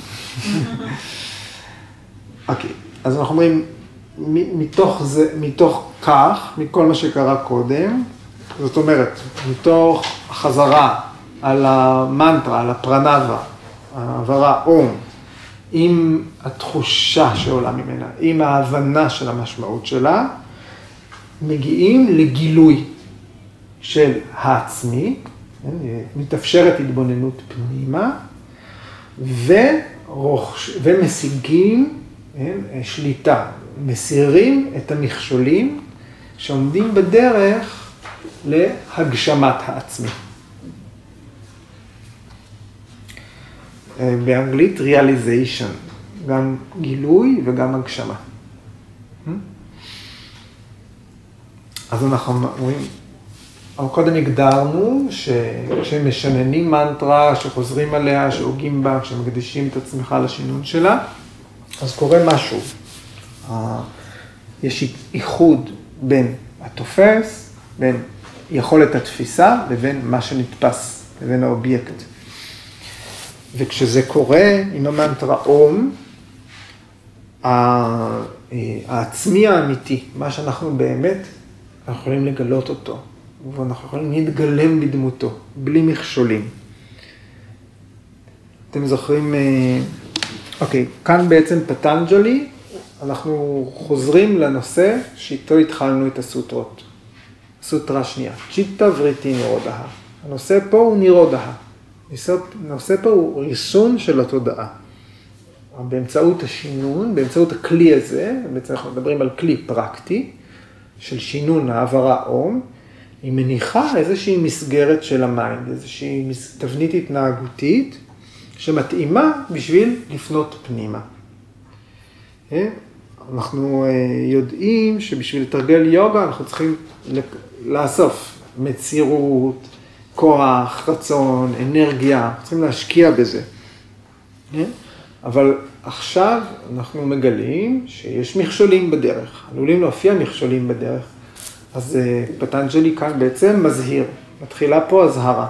Speaker 1: אוקיי, אז אנחנו אומרים, מתוך זה, מתוך כך, מכל מה שקרה קודם, זאת אומרת, מתוך החזרה על המנטרה, על הפרנבה, העברה אום, עם התחושה שעולה ממנה, עם ההבנה של המשמעות שלה, מגיעים לגילוי של העצמי, מתאפשרת התבוננות פנימה, ורוכש, ומשיגים שליטה, מסירים את המכשולים שעומדים בדרך להגשמת העצמי. באנגלית realization, גם גילוי וגם הגשמה. אז אנחנו רואים, קודם הגדרנו שכשמשננים מנטרה, שחוזרים עליה, שהוגים בה, כשמקדישים את עצמך לשינון שלה, אז קורה משהו. יש איחוד בין התופס, בין יכולת התפיסה, לבין מה שנתפס, לבין האובייקט. וכשזה קורה עם המנטרה אום, העצמי האמיתי, מה שאנחנו באמת, אנחנו יכולים לגלות אותו, ואנחנו יכולים להתגלם בדמותו, בלי מכשולים. אתם זוכרים, אוקיי, כאן בעצם פטנג'לי, אנחנו חוזרים לנושא שאיתו התחלנו את הסוטרות. סוטרה שנייה, צ'יטה וריטי נירודהה. הנושא פה הוא נירודהה. הנושא פה הוא ריסון של התודעה. באמצעות השינון, באמצעות הכלי הזה, בעצם אנחנו מדברים על כלי פרקטי, של שינון העברה אום, היא מניחה איזושהי מסגרת של המיינד, איזושהי תבנית התנהגותית, שמתאימה בשביל לפנות פנימה. אנחנו יודעים שבשביל לתרגל יוגה אנחנו צריכים לאסוף מצירות, כוח, רצון, אנרגיה, צריכים להשקיע בזה. אבל עכשיו אנחנו מגלים שיש מכשולים בדרך, עלולים להופיע מכשולים בדרך. אז פטנג'לי כאן בעצם מזהיר, מתחילה פה הזהרה.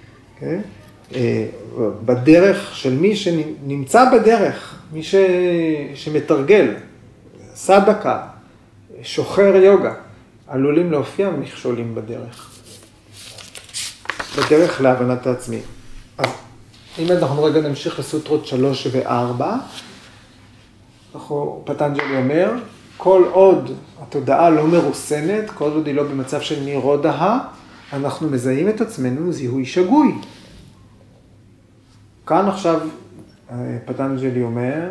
Speaker 1: בדרך של מי שנמצא בדרך, מי ש... שמתרגל, סדקה, שוחר יוגה, עלולים להופיע מכשולים בדרך. בדרך להבנת העצמי. אז אם אנחנו רגע נמשיך לסוטרות שלוש וארבע, אנחנו, פטנג'לי אומר, כל עוד התודעה לא מרוסנת, כל עוד היא לא במצב של נירודה, אנחנו מזהים את עצמנו זיהוי שגוי. כאן עכשיו פטנג'לי אומר,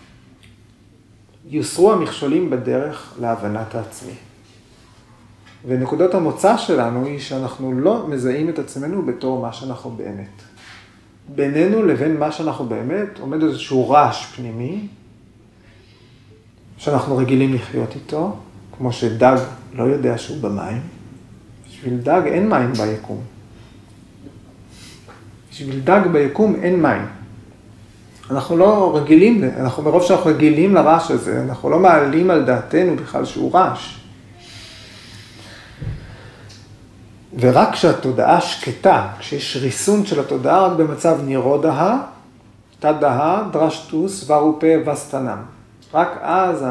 Speaker 1: יוסרו המכשולים בדרך להבנת העצמי. ונקודת המוצא שלנו היא שאנחנו לא מזהים את עצמנו בתור מה שאנחנו באמת. בינינו לבין מה שאנחנו באמת עומד איזשהו רעש פנימי, שאנחנו רגילים לחיות איתו, כמו שדג לא יודע שהוא במים. בשביל דג אין מים ביקום. בשביל דג ביקום אין מים. אנחנו לא רגילים, אנחנו מרוב שאנחנו רגילים לרעש הזה, אנחנו לא מעלים על דעתנו בכלל שהוא רעש. ורק כשהתודעה שקטה, כשיש ריסון של התודעה רק במצב נירודה, תדהה, דרשטוס, ורופה, וסטנם. רק אז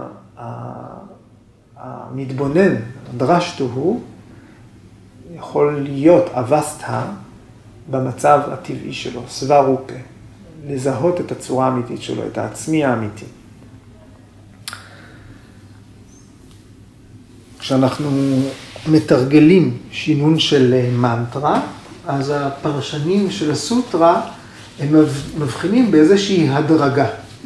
Speaker 1: המתבונן, דרשטו הוא, יכול להיות אבסטה במצב הטבעי שלו, סוורופה, לזהות את הצורה האמיתית שלו, את העצמי האמיתי. כשאנחנו מתרגלים שינון של מנטרה, אז הפרשנים של הסוטרה הם מבחינים באיזושהי הדרגה,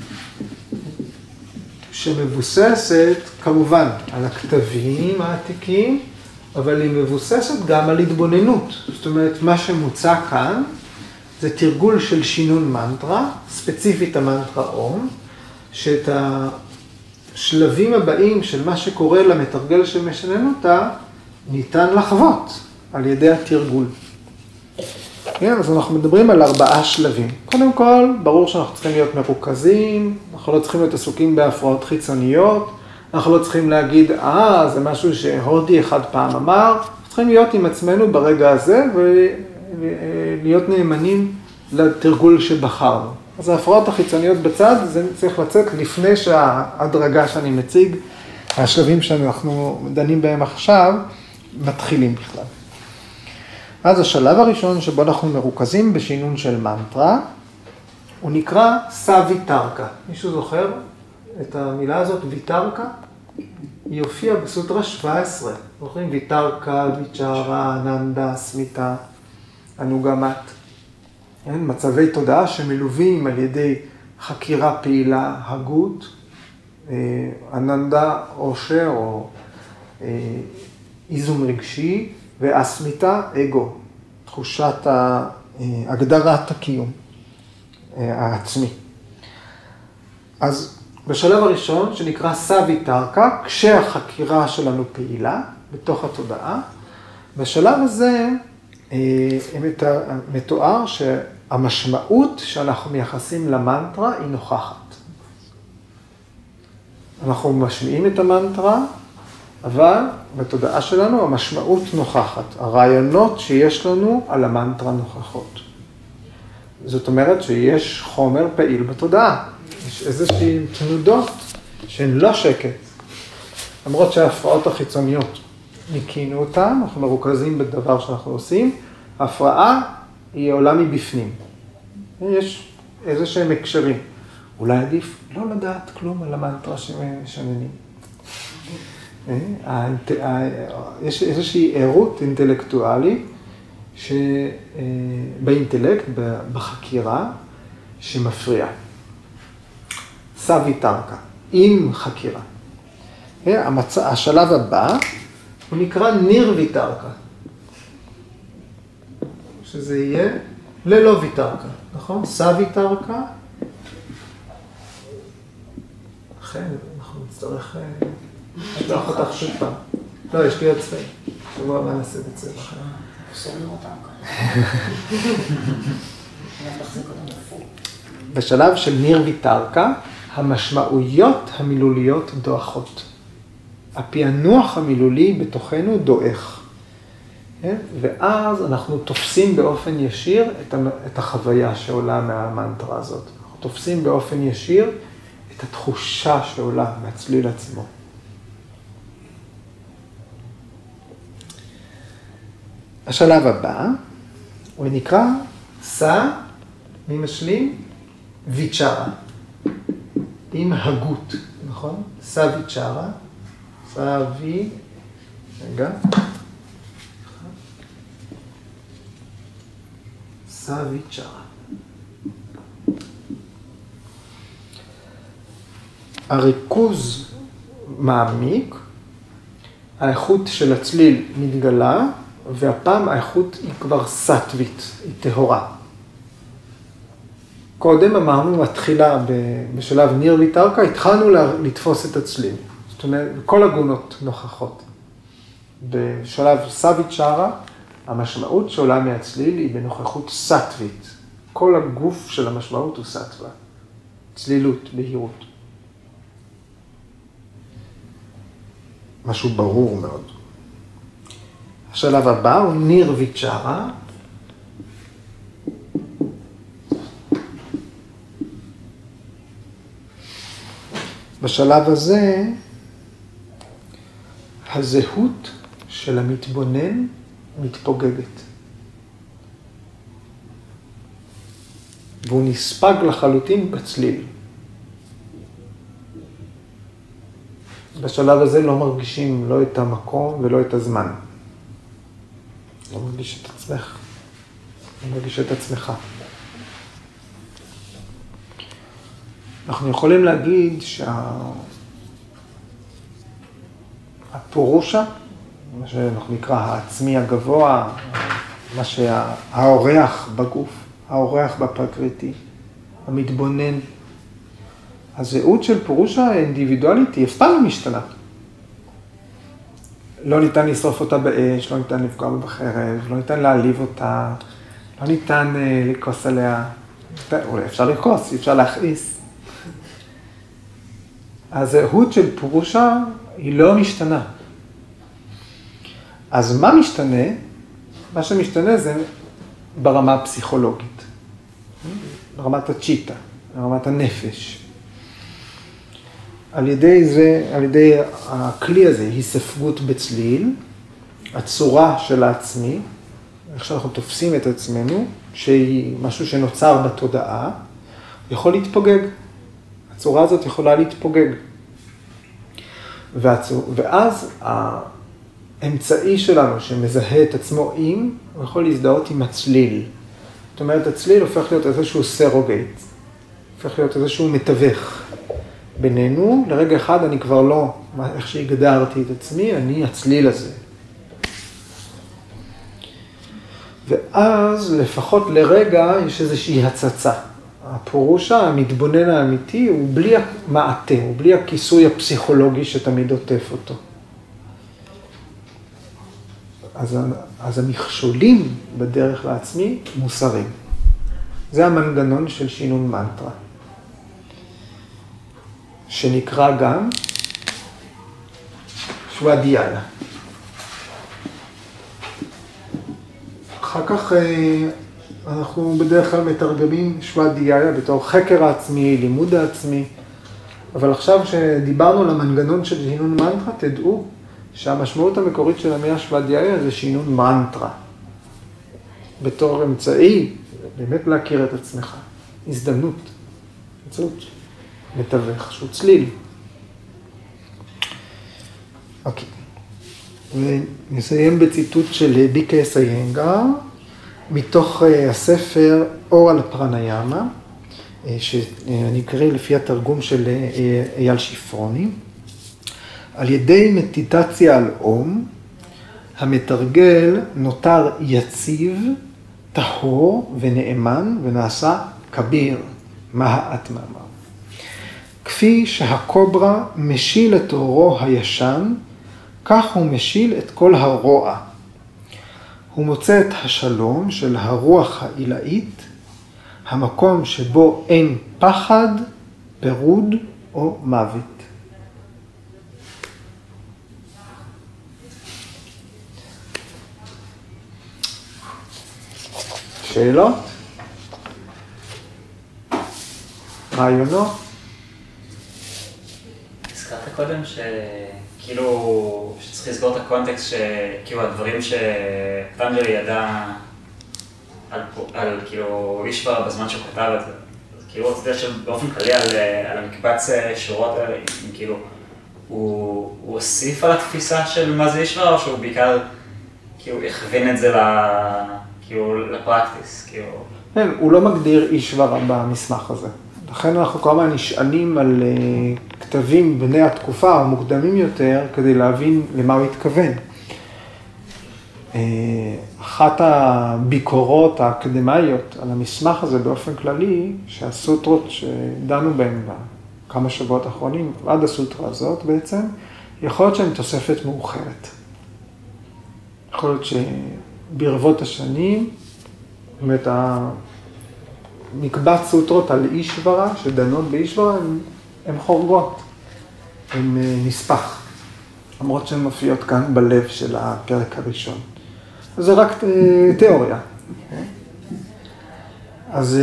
Speaker 1: שמבוססת כמובן על הכתבים העתיקים, אבל היא מבוססת גם על התבוננות. זאת אומרת, מה שמוצע כאן זה תרגול של שינון מנטרה, ספציפית המנטרה אום, שאת השלבים הבאים של מה שקורה למתרגל שמשנן אותה, ניתן לחוות על ידי התרגול. כן, אז אנחנו מדברים על ארבעה שלבים. קודם כל, ברור שאנחנו צריכים להיות מרוכזים, אנחנו לא צריכים להיות עסוקים בהפרעות חיצוניות, אנחנו לא צריכים להגיד, אה, זה משהו שהודי אחד פעם אמר, אנחנו צריכים להיות עם עצמנו ברגע הזה ולהיות נאמנים לתרגול שבחרנו. אז ההפרעות החיצוניות בצד, זה צריך לצאת לפני שההדרגה שאני מציג, השלבים שאנחנו דנים בהם עכשיו, מתחילים בכלל. אז השלב הראשון שבו אנחנו מרוכזים בשינון של מנטרה, הוא נקרא סוויטרקה. מישהו זוכר את המילה הזאת, ויטרקה? היא הופיעה בסוטרה שבע עשרה. זוכרים? ויטרקה, ויצ'רה, אננדה, סמיתה, אנוגמת. מצבי תודעה שמלווים על ידי חקירה פעילה, הגות, אננדה, אושר או איזום רגשי, ואסמיתה, אגו, תחושת הגדרת הקיום העצמי. אז בשלב הראשון, שנקרא סוויטרקה, כשהחקירה שלנו פעילה בתוך התודעה, בשלב הזה מתואר שהמשמעות שאנחנו מייחסים למנטרה היא נוכחת. אנחנו משמיעים את המנטרה, אבל בתודעה שלנו המשמעות נוכחת. הרעיונות שיש לנו על המנטרה נוכחות. זאת אומרת שיש חומר פעיל בתודעה. יש איזושהי תנודות שהן לא שקט. למרות שההפרעות החיצוניות ניקינו אותן, אנחנו מרוכזים בדבר שאנחנו עושים, ההפרעה היא עולה מבפנים. יש איזשהם הקשרים. אולי עדיף לא לדעת כלום על המנטרה שמשננים. יש איזושהי ערות אינטלקטואלית באינטלקט, בחקירה, שמפריעה. סוויטרקה, עם חקירה. המצ... השלב הבא הוא נקרא נירוויטרקה, שזה יהיה ללא ויטרקה, נכון? סוויטרקה. לכן אנחנו נצטרך לשלוח אותך שוב פעם. לא, יש לי עוד צבעים. שבוע מה נעשה בצבע אחר.
Speaker 4: שמים אותם כאן. אני תחזיק אותם בפור.
Speaker 1: בשלב של נירוויטרקה, המשמעויות המילוליות דועכות. הפענוח המילולי בתוכנו דועך. ואז אנחנו תופסים באופן ישיר את החוויה שעולה מהמנטרה הזאת. אנחנו תופסים באופן ישיר את התחושה שעולה מהצליל עצמו. השלב הבא, הוא נקרא סא, מי משלים? ויצ'רה, עם הגות, נכון? סא ויצ'רה, סא וי, רגע. סא ויצ'רה. הריכוז מעמיק, האיכות של הצליל מתגלה, והפעם האיכות היא כבר סטווית, היא טהורה. קודם אמרנו, התחילה בשלב נירוויטרקה, התחלנו לתפוס את הצליל. זאת אומרת, כל הגונות נוכחות. בשלב סוויצ'רה, המשמעות שעולה מהצליל היא בנוכחות סטווית. כל הגוף של המשמעות הוא סטווה. צלילות, בהירות. משהו ברור מאוד. השלב הבא הוא נירוויצ'רה. בשלב הזה, הזהות של המתבונן מתפוגגת. והוא נספג לחלוטין בצליל. בשלב הזה לא מרגישים לא את המקום ולא את הזמן. לא מרגיש את עצמך, לא מרגיש את עצמך. אנחנו יכולים להגיד שהפורושה, מה שאנחנו נקרא העצמי הגבוה, מה שהאורח בגוף, האורח בפרקריטי, המתבונן, הזהות של פורושה האינדיבידואלית היא אף פעם לא משתנה. לא ניתן לשרוף אותה באש, לא ניתן לפגוע בה בחרב, לא ניתן להעליב אותה, לא ניתן uh, לכעוס עליה. אולי אפשר לכעוס, אפשר להכעיס. הזהות של פורושה היא לא משתנה. אז מה משתנה? מה שמשתנה זה ברמה הפסיכולוגית, ברמת הצ'יטה, ברמת הנפש. על ידי זה, על ידי הכלי הזה, היספגות בצליל, הצורה של העצמי, איך שאנחנו תופסים את עצמנו, שהיא משהו שנוצר בתודעה, יכול להתפוגג. הצורה הזאת יכולה להתפוגג. והצור, ואז האמצעי שלנו שמזהה את עצמו עם, הוא יכול להזדהות עם הצליל. זאת אומרת, הצליל הופך להיות איזשהו סרוגייט, הופך להיות איזשהו מתווך. בינינו, לרגע אחד אני כבר לא, איך שהגדרתי את עצמי, אני הצליל הזה. ואז לפחות לרגע יש איזושהי הצצה. הפורושה, המתבונן האמיתי, הוא בלי המעטה, הוא בלי הכיסוי הפסיכולוגי שתמיד עוטף אותו. אז, אז המכשולים בדרך לעצמי מוסרים. זה המנגנון של שינון מנטרה. שנקרא גם שוואדיאלה. אחר כך אנחנו בדרך כלל מתרגמים שוואדיאלה בתור חקר העצמי, לימוד העצמי, אבל עכשיו שדיברנו על המנגנון של שינון מנטרה, תדעו שהמשמעות המקורית של המילה שוואדיאלה זה שינון מנטרה. בתור אמצעי, באמת להכיר את עצמך. הזדמנות. מצאות. מתווך, שהוא צליל. אוקיי. ונסיים בציטוט של ביקס איינגר, מתוך הספר אור על פרניאמה. שאני אקרא לפי התרגום של אייל שפרוני. על ידי מדיטציה על אום, המתרגל נותר יציב, טהור ונאמן ונעשה כביר, מה האטמה אמר. כפי שהקוברה משיל את אורו הישן, כך הוא משיל את כל הרוע. הוא מוצא את השלום של הרוח העילאית, המקום שבו אין פחד, פירוד או מוות. שאלות? רעיונות?
Speaker 3: הזכרת קודם שכאילו, שצריך לסגור את הקונטקסט שכאילו הדברים שפטנג'לי ידע על, על כאילו אישבר בזמן שהוא כתב את זה. אז כאילו רציתי שבאופן כללי על, על המקבץ שורות האלה, אם כאילו הוא, הוא הוסיף על התפיסה של מה זה אישבר או שהוא בעיקר כאילו הכווין את זה ל... כאילו לפרקטיס, כאילו...
Speaker 1: כן, הוא לא מגדיר אישברה במסמך הזה. לכן אנחנו כל הזמן נשענים על uh, כתבים בני התקופה או מוקדמים יותר, כדי להבין למה הוא התכוון. Uh, אחת הביקורות האקדמיות על המסמך הזה באופן כללי, שהסוטרות שדנו בהן בכמה שבועות האחרונים, עד הסוטרה הזאת בעצם, יכול להיות שהן תוספת מאוחרת. יכול להיות שברבות השנים, זאת אומרת, מקבץ סוטרות על אישברה, שדנות באישברה, הן חורגות, הן נספח, למרות שהן מופיעות כאן בלב של הפרק הראשון. זה רק תיאוריה. אז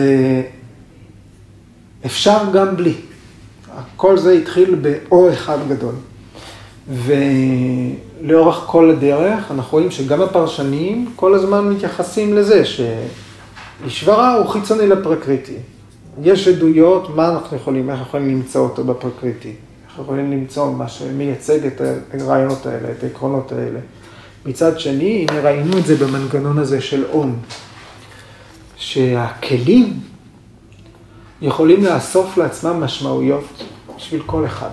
Speaker 1: אפשר גם בלי. כל זה התחיל באו אחד גדול. ולאורך כל הדרך אנחנו רואים שגם הפרשנים כל הזמן מתייחסים לזה שאישברה הוא חיצוני לפרקריטי. יש עדויות, מה אנחנו יכולים, איך יכולים למצוא אותו בפרקריטי. אנחנו יכולים למצוא מה שמייצג את הרעיונות האלה, את העקרונות האלה. מצד שני, הנה ראינו את זה במנגנון הזה של אום, שהכלים יכולים לאסוף לעצמם משמעויות בשביל כל אחד.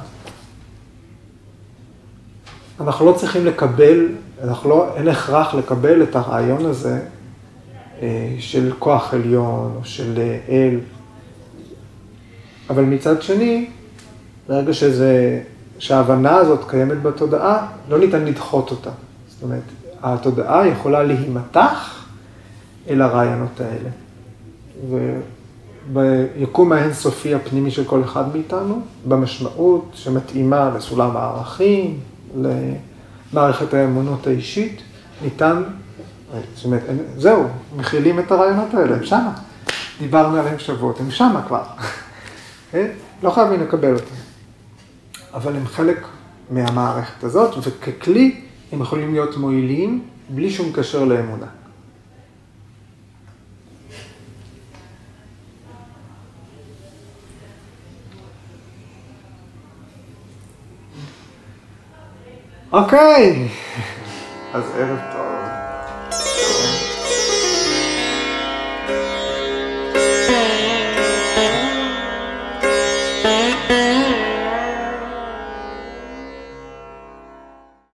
Speaker 1: אנחנו לא צריכים לקבל, אנחנו לא, אין הכרח לקבל את הרעיון הזה של כוח עליון או של אל. אבל מצד שני, ברגע שזה, שההבנה הזאת קיימת בתודעה, לא ניתן לדחות אותה. זאת אומרת, התודעה יכולה להימתח אל הרעיונות האלה. וביקום האינסופי הפנימי של כל אחד מאיתנו, במשמעות שמתאימה לסולם הערכים, למערכת האמונות האישית, ניתן, זאת אומרת, זהו, מכילים את הרעיונות האלה, הם שמה. דיברנו עליהם שבועות, הם שמה כבר. לא חייבים לקבל אותם. אבל הם חלק מהמערכת הזאת, וככלי הם יכולים להיות מועילים בלי שום קשר לאמונה. אוקיי, אז ערב טוב.